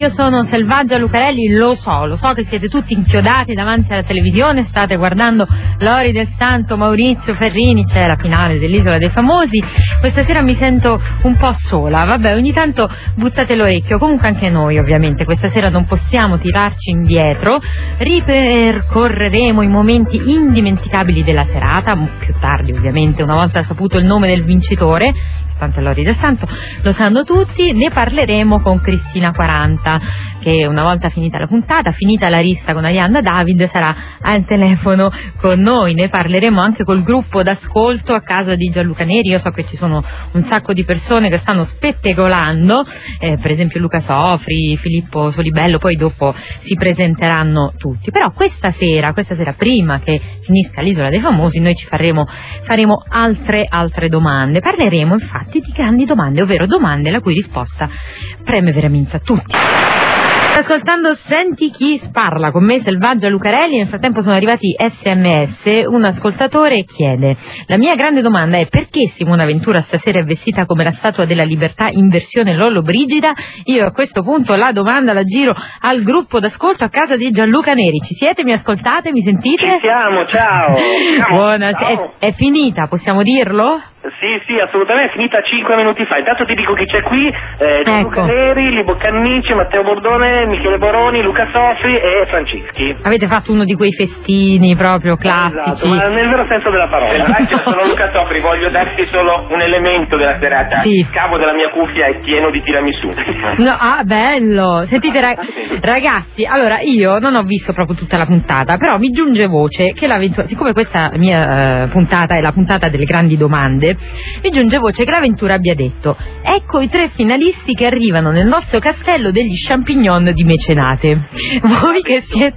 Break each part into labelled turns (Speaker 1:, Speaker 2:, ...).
Speaker 1: Io sono Selvaggia Lucarelli, lo so che siete tutti inchiodati davanti alla televisione, state guardando Lori del Santo, Maurizio Ferrini, c'è la finale dell'Isola dei Famosi. Questa sera mi sento un po' sola, vabbè, ogni tanto buttate l'orecchio, comunque anche noi ovviamente questa sera non possiamo tirarci indietro, ripercorreremo i momenti indimenticabili della serata, più tardi ovviamente, una volta saputo il nome del vincitore, tanto Lori del Santo, lo sanno tutti, ne parleremo con Cristina 40, che una volta finita la puntata, finita la rissa con Arianna David, sarà al telefono con noi. Ne parleremo anche col gruppo d'ascolto a casa di Gianluca Neri. Io so che ci sono un sacco di persone che stanno spettegolando, per esempio Luca Sofri, Filippo Solibello, poi dopo si presenteranno tutti. Però questa sera prima che finisca l'Isola dei Famosi, noi ci faremo altre domande. Parleremo infatti di grandi domande, ovvero domande la cui risposta preme veramente a tutti. Ascoltando Senti chi parla con me, Selvaggia Lucarelli. Nel frattempo sono arrivati SMS. Un ascoltatore chiede: la mia grande domanda è perché Simona Ventura stasera è vestita come la Statua della Libertà in versione Lollobrigida? Io a questo punto la domanda la giro al gruppo d'ascolto a casa di Gianluca Neri. Ci siete? Mi ascoltate? Mi sentite?
Speaker 2: Ci siamo, ciao.
Speaker 1: Buonasera.
Speaker 2: Ciao.
Speaker 1: È finita, possiamo dirlo?
Speaker 2: Sì, assolutamente, è finita 5 minuti fa. Intanto ti dico chi c'è qui: Gianluca Neri, Libo Cannici, Matteo Bordone, Michele Boroni, Luca Sofri e Francischi.
Speaker 1: Avete fatto uno di quei festini proprio classici.
Speaker 2: Esatto, ma nel vero senso della parola.
Speaker 3: Sono Luca Sofri, voglio darti solo un elemento della serata.
Speaker 1: Sì.
Speaker 3: Il cavo della mia cuffia è pieno di tiramisù.
Speaker 1: No, bello. Sentite ragazzi, allora io non ho visto proprio tutta la puntata, però mi giunge voce che l'avventura, siccome questa mia puntata è la puntata delle grandi domande, mi giunge voce che l'avventura abbia detto: ecco i 3 finalisti che arrivano nel nostro castello degli champignon di Mecenate. Voi che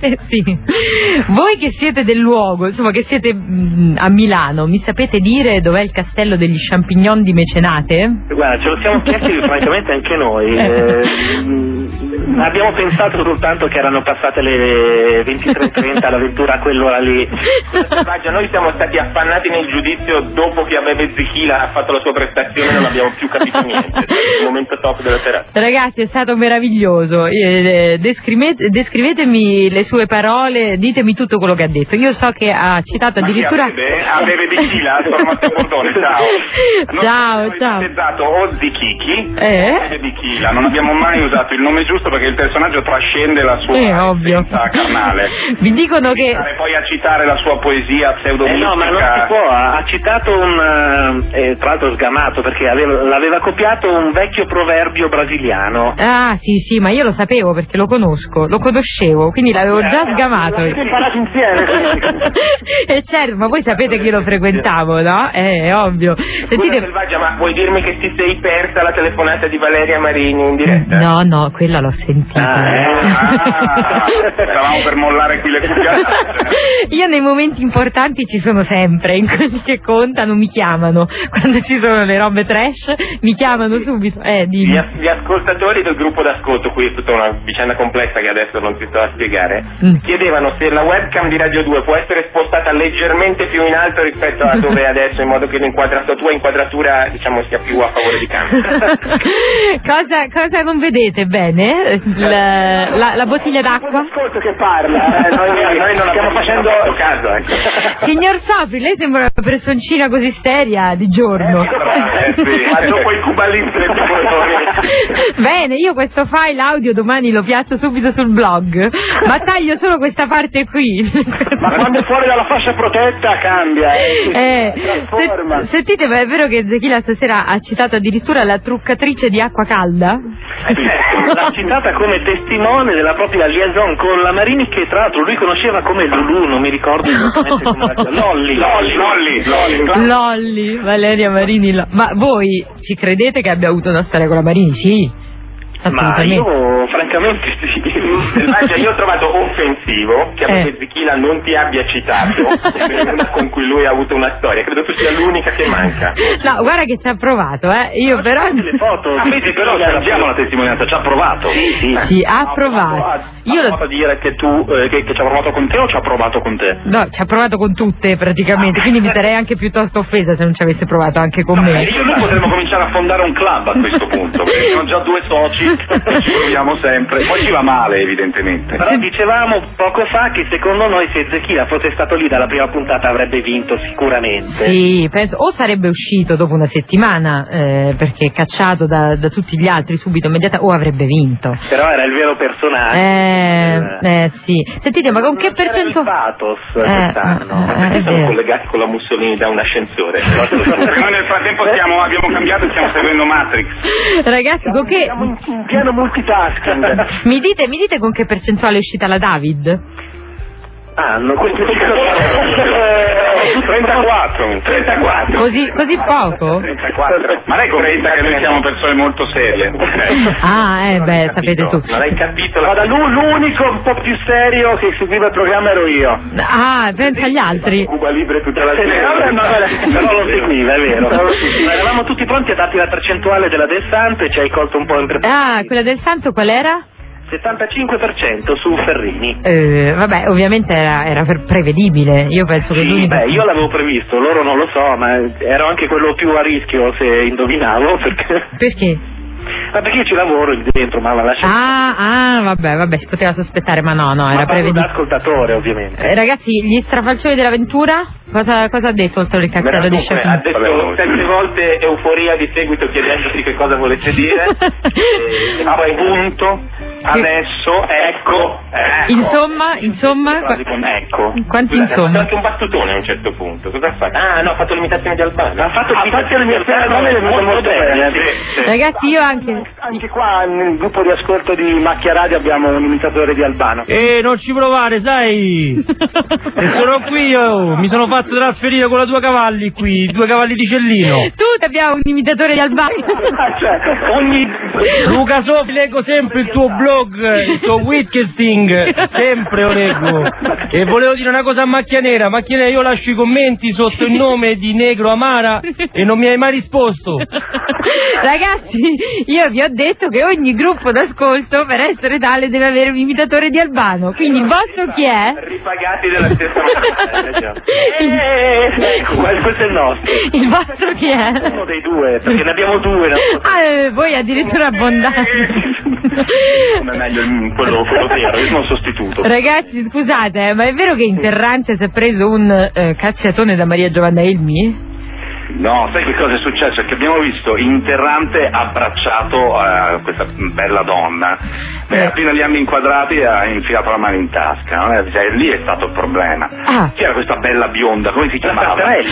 Speaker 1: siete del luogo, insomma che siete a Milano, mi sapete dire dov'è il castello degli champignon di Mecenate?
Speaker 2: Guarda, ce lo siamo chiesti francamente anche noi. Abbiamo pensato soltanto che erano passate le 23:30, l'avventura a quell'ora lì.
Speaker 3: Noi siamo stati affannati nel giudizio dopo che Abebe Zichila ha fatto la sua prestazione, non abbiamo più capito niente. Il momento top della serata.
Speaker 1: Ragazzi, è stato meraviglioso. Descrivetemi le sue parole, ditemi tutto quello che ha detto. Io so che ha citato addirittura
Speaker 3: Abebe Zichila, sono Matteo Bordone, ciao.
Speaker 1: Ciao.
Speaker 3: Usato o Zichichi
Speaker 1: Abebe
Speaker 3: Zichila, non abbiamo mai usato il nome giusto perché il personaggio trascende la sua essenza carnale.
Speaker 1: Vi dicono che
Speaker 3: poi a citare la sua poesia pseudomistica.
Speaker 2: No, ma non si può. Ha citato tra l'altro sgamato, perché l'aveva copiato un vecchio proverbio brasiliano.
Speaker 1: Ah, sì, ma io lo sapevo perché lo conoscevo, quindi l'avevo già sgamato.
Speaker 2: L'avete imparato insieme.
Speaker 1: E certo, ma voi sapete che io lo frequentavo, no? È ovvio.
Speaker 3: Sentite, Selvaggia, ma vuoi dirmi che ti sei persa la telefonata di Valeria Marini in diretta?
Speaker 1: No, quella l'ho sentita.
Speaker 3: Stavamo per mollare qui le cucchiate.
Speaker 1: Io nei momenti importanti ci sono sempre, in quelli che contano mi chiamano, quando ci sono le robe trash mi chiamano subito.
Speaker 3: Gli ascoltatori del gruppo d'ascolto, qui è tutta una vicenda complessa che adesso non ti sto a spiegare, chiedevano se la webcam di Radio 2 può essere spostata leggermente più in alto rispetto a dove è adesso, in modo che la tua inquadratura, diciamo, sia più a favore di campo.
Speaker 1: Cosa non vedete bene? La bottiglia d'acqua?
Speaker 2: Ascolto che parla, noi non stiamo facendo
Speaker 3: caso, ecco.
Speaker 1: Signor Sofri, lei sembra una personcina così seria di giorno.
Speaker 3: Ma dopo i cubalisti del
Speaker 1: Bene, io questo file audio domani lo piazzo subito sul blog, ma taglio solo questa parte qui.
Speaker 2: Ma quando è fuori dalla fascia protetta cambia, trasforma.
Speaker 1: Sentite, ma è vero che Zichila stasera ha citato addirittura la truccatrice di acqua calda?
Speaker 2: L'ha citata come testimone della propria liaison con la Marini, che tra l'altro lui conosceva come Lulu, non mi ricordo esattamente come la
Speaker 1: Lolli, Valeria Marini. Ma voi ci credete che abbia avuto una storia con la Marini? Sì.
Speaker 2: Ma io francamente sì.
Speaker 3: Selvaggia, io ho trovato offensivo che Abebe Zichila non ti abbia citato una con cui lui ha avuto una storia. Credo tu sia l'unica che manca.
Speaker 1: No, guarda che ci ha provato, io però
Speaker 2: le foto.
Speaker 3: Però abbiamo la testimonianza, ci ha provato.
Speaker 1: Sì, ha provato.
Speaker 2: Io ho provato a dire che tu che ci ha provato con te o ci ha provato con te?
Speaker 1: No, ci ha provato con tutte praticamente, quindi mi sarei anche piuttosto offesa se non ci avesse provato anche con me.
Speaker 3: Io e lui potremmo cominciare a fondare un club a questo punto, perché sono già 2 soci.
Speaker 4: Ci proviamo sempre, poi ci va male evidentemente.
Speaker 2: Però dicevamo poco fa che secondo noi se Zecchina fosse stato lì dalla prima puntata avrebbe vinto sicuramente.
Speaker 1: Sì, penso, o sarebbe uscito dopo una settimana perché cacciato da tutti gli altri subito immediata, o avrebbe vinto.
Speaker 2: Però era il vero personaggio.
Speaker 1: Sì. Sentite, ma con che percentuale?
Speaker 2: Pathos quest'anno.
Speaker 3: Perché sono collegati con la Mussolini da un ascensore?
Speaker 4: Perché noi nel frattempo abbiamo cambiato e stiamo seguendo Matrix.
Speaker 1: Ragazzi, con che...
Speaker 2: Siamo in pieno multitasking.
Speaker 1: mi dite con che percentuale è uscita la David?
Speaker 2: Questo 34.
Speaker 1: Così poco?
Speaker 4: 34. Ma lei convinta che noi siamo persone molto serie?
Speaker 1: Sapete tutti.
Speaker 2: Non hai capito? Guarda, l'unico un po' più serio che seguiva il programma ero io.
Speaker 1: Pensa agli altri.
Speaker 3: Cuba Libre tutta la sera.
Speaker 2: Però lo seguiva, è vero. Ma eravamo tutti pronti a darti la percentuale della Del Santo e ci hai colto un po' in preparazione.
Speaker 1: Quella del Santo qual era?
Speaker 2: 75% su Ferrini.
Speaker 1: Ovviamente era prevedibile. Io penso che l'unico...
Speaker 2: io l'avevo previsto, loro non lo so, ma ero anche quello più a rischio se indovinavo, perché? Ma perché io ci lavoro lì dentro, ma la lascio.
Speaker 1: Vabbè, si poteva sospettare, ma no, era prevedibile.
Speaker 2: Da ascoltatore, ovviamente.
Speaker 1: Ragazzi, gli strafalcioni dell'avventura? Cosa ha detto oltre il cazziato di Sciafino?
Speaker 3: Ha detto 7 volte euforia di seguito chiedendosi che cosa volesse dire. Appunto, adesso, ecco.
Speaker 1: Insomma?
Speaker 3: Ecco.
Speaker 1: Quanti
Speaker 3: Ha
Speaker 1: insomma?
Speaker 3: fatto anche un battutone a un certo punto. Cosa ha fatto? Ha fatto l'imitazione di Albano.
Speaker 2: Ha fatto l'imitazione di Albano, è venuto molto bene.
Speaker 1: Ragazzi, io anche
Speaker 2: qua nel gruppo di ascolto di Macchia Radio abbiamo un imitatore di Albano.
Speaker 5: Non ci provare, sai? E sono qui io, mi sono fatto trasferire con la tua cavalli qui, 2 cavalli di Cellino.
Speaker 1: tu abbiamo un imitatore di Albano.
Speaker 5: Luca Sofi, leggo sempre il tuo blog, il tuo Wittgenstein, sempre lo leggo. E volevo dire una cosa a Macchia Nera, io lascio i commenti sotto il nome di Negro Amara e non mi hai mai risposto.
Speaker 1: Ragazzi, io vi ho detto che ogni gruppo d'ascolto per essere tale deve avere un imitatore di Albano, quindi il vostro chi è?
Speaker 3: Ripagati della stessa maniera.
Speaker 2: Questo è il nostro.
Speaker 1: Il vostro chi è?
Speaker 2: Uno dei due, perché ne abbiamo 2.
Speaker 1: Voi addirittura abbondanti.
Speaker 4: Come è meglio quello vero, io sono sostituto.
Speaker 1: Ragazzi, scusate, ma è vero che Interrante si è preso un cazziatone da Maria Giovanna Elmi?
Speaker 4: No, sai che cosa è successo? È che abbiamo visto Interrante abbracciato a questa bella donna e appena li hanno inquadrati ha infilato la mano in tasca, no? Lì è stato il problema. C'era questa bella bionda, come si chiamava?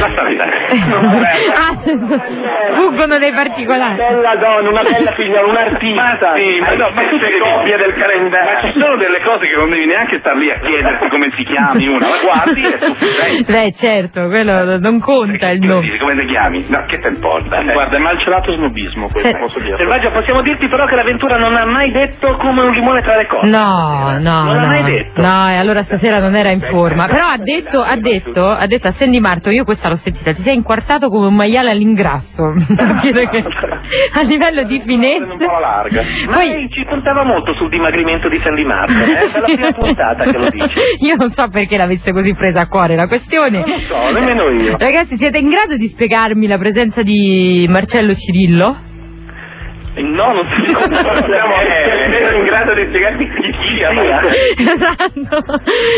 Speaker 1: Fuggono dei particolari.
Speaker 2: Bella donna, una bella figlia, un artista.
Speaker 4: Ma tutte le copie del calendario. Ma ci sono delle cose che non devi neanche star lì a chiederti come si chiami una, la guardi è sufficiente.
Speaker 1: Certo, quello non conta il nome.
Speaker 4: Come ti chiami? No, che te importa?
Speaker 2: Guarda, è malcelato snobismo questo, posso dire. Selvaggio, possiamo dirti però che l'avventura non ha mai detto come un limone tra le cose.
Speaker 1: No.
Speaker 2: Non l'ha mai detto.
Speaker 1: No, e allora stasera non era in forma. Però ha detto a Sandy Marto, io questa l'ho sentita, ti sei inquartato come un maiale all'ingrasso. Che a livello di finezza.
Speaker 2: Un po' larga.
Speaker 1: Poi
Speaker 2: ci puntava molto sul dimagrimento di Sandy Marto, è dalla prima puntata che lo dice.
Speaker 1: Io non so perché l'avesse così presa a cuore la questione.
Speaker 2: Non lo so, nemmeno io.
Speaker 1: Ragazzi, siete in grado di spiegarmi la presenza di Marcello Cirillo?
Speaker 2: No, non siamo
Speaker 3: in grado di spiegarti chi sia.
Speaker 1: Esatto.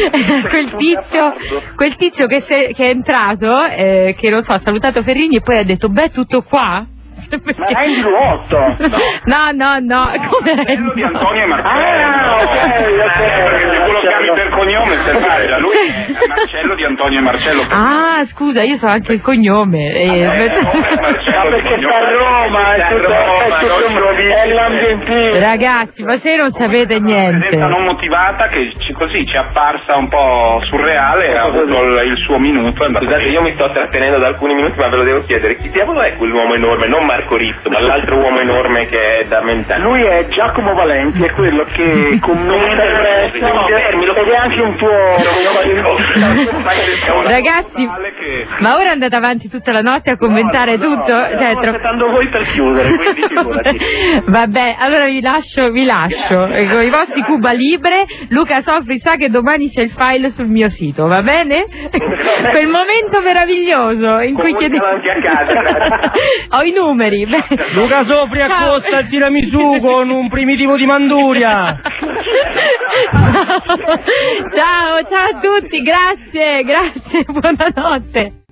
Speaker 1: Quel tizio che è entrato, che non so, ha salutato Ferrini e poi ha detto tutto qua?
Speaker 2: Ma Randy Ruotto?
Speaker 1: No, come
Speaker 4: Quello di Antonio e Marcello.
Speaker 2: Perché
Speaker 4: se quello chiami per cognome Selvaggia, lui è Marcello di Antonio e Marcello.
Speaker 1: Scusa, io so anche il cognome.
Speaker 2: Perché sta a Roma, è l'ambientino.
Speaker 1: Ragazzi, ma se non sapete niente.
Speaker 4: Una non motivata che così ci è apparsa un po' surreale, ha avuto il suo minuto.
Speaker 3: Scusate, io mi sto trattenendo da alcuni minuti, ma ve lo devo chiedere, chi diavolo è quell'uomo enorme? Non Marco Rizzo, ma l'altro uomo enorme che è da mentale.
Speaker 2: Lui è Giacomo Valenti, è quello che commenta il resto ed è anche un tuo
Speaker 1: ragazzi, ma ora andate avanti tutta la notte a commentare tutto?
Speaker 2: Stiamo aspettando solo voi per chiudere, quindi figurati.
Speaker 1: Vabbè, allora vi lascio. Con i vostri Cuba Libre, Luca Sofri sa che domani c'è il file sul mio sito, va bene? Quel momento meraviglioso in cui chiedete...
Speaker 3: anche a casa.
Speaker 1: Ho i numeri.
Speaker 5: Luca Sofri accosta il tiramisù con un primitivo di Manduria.
Speaker 1: Ciao a tutti, grazie, buonanotte.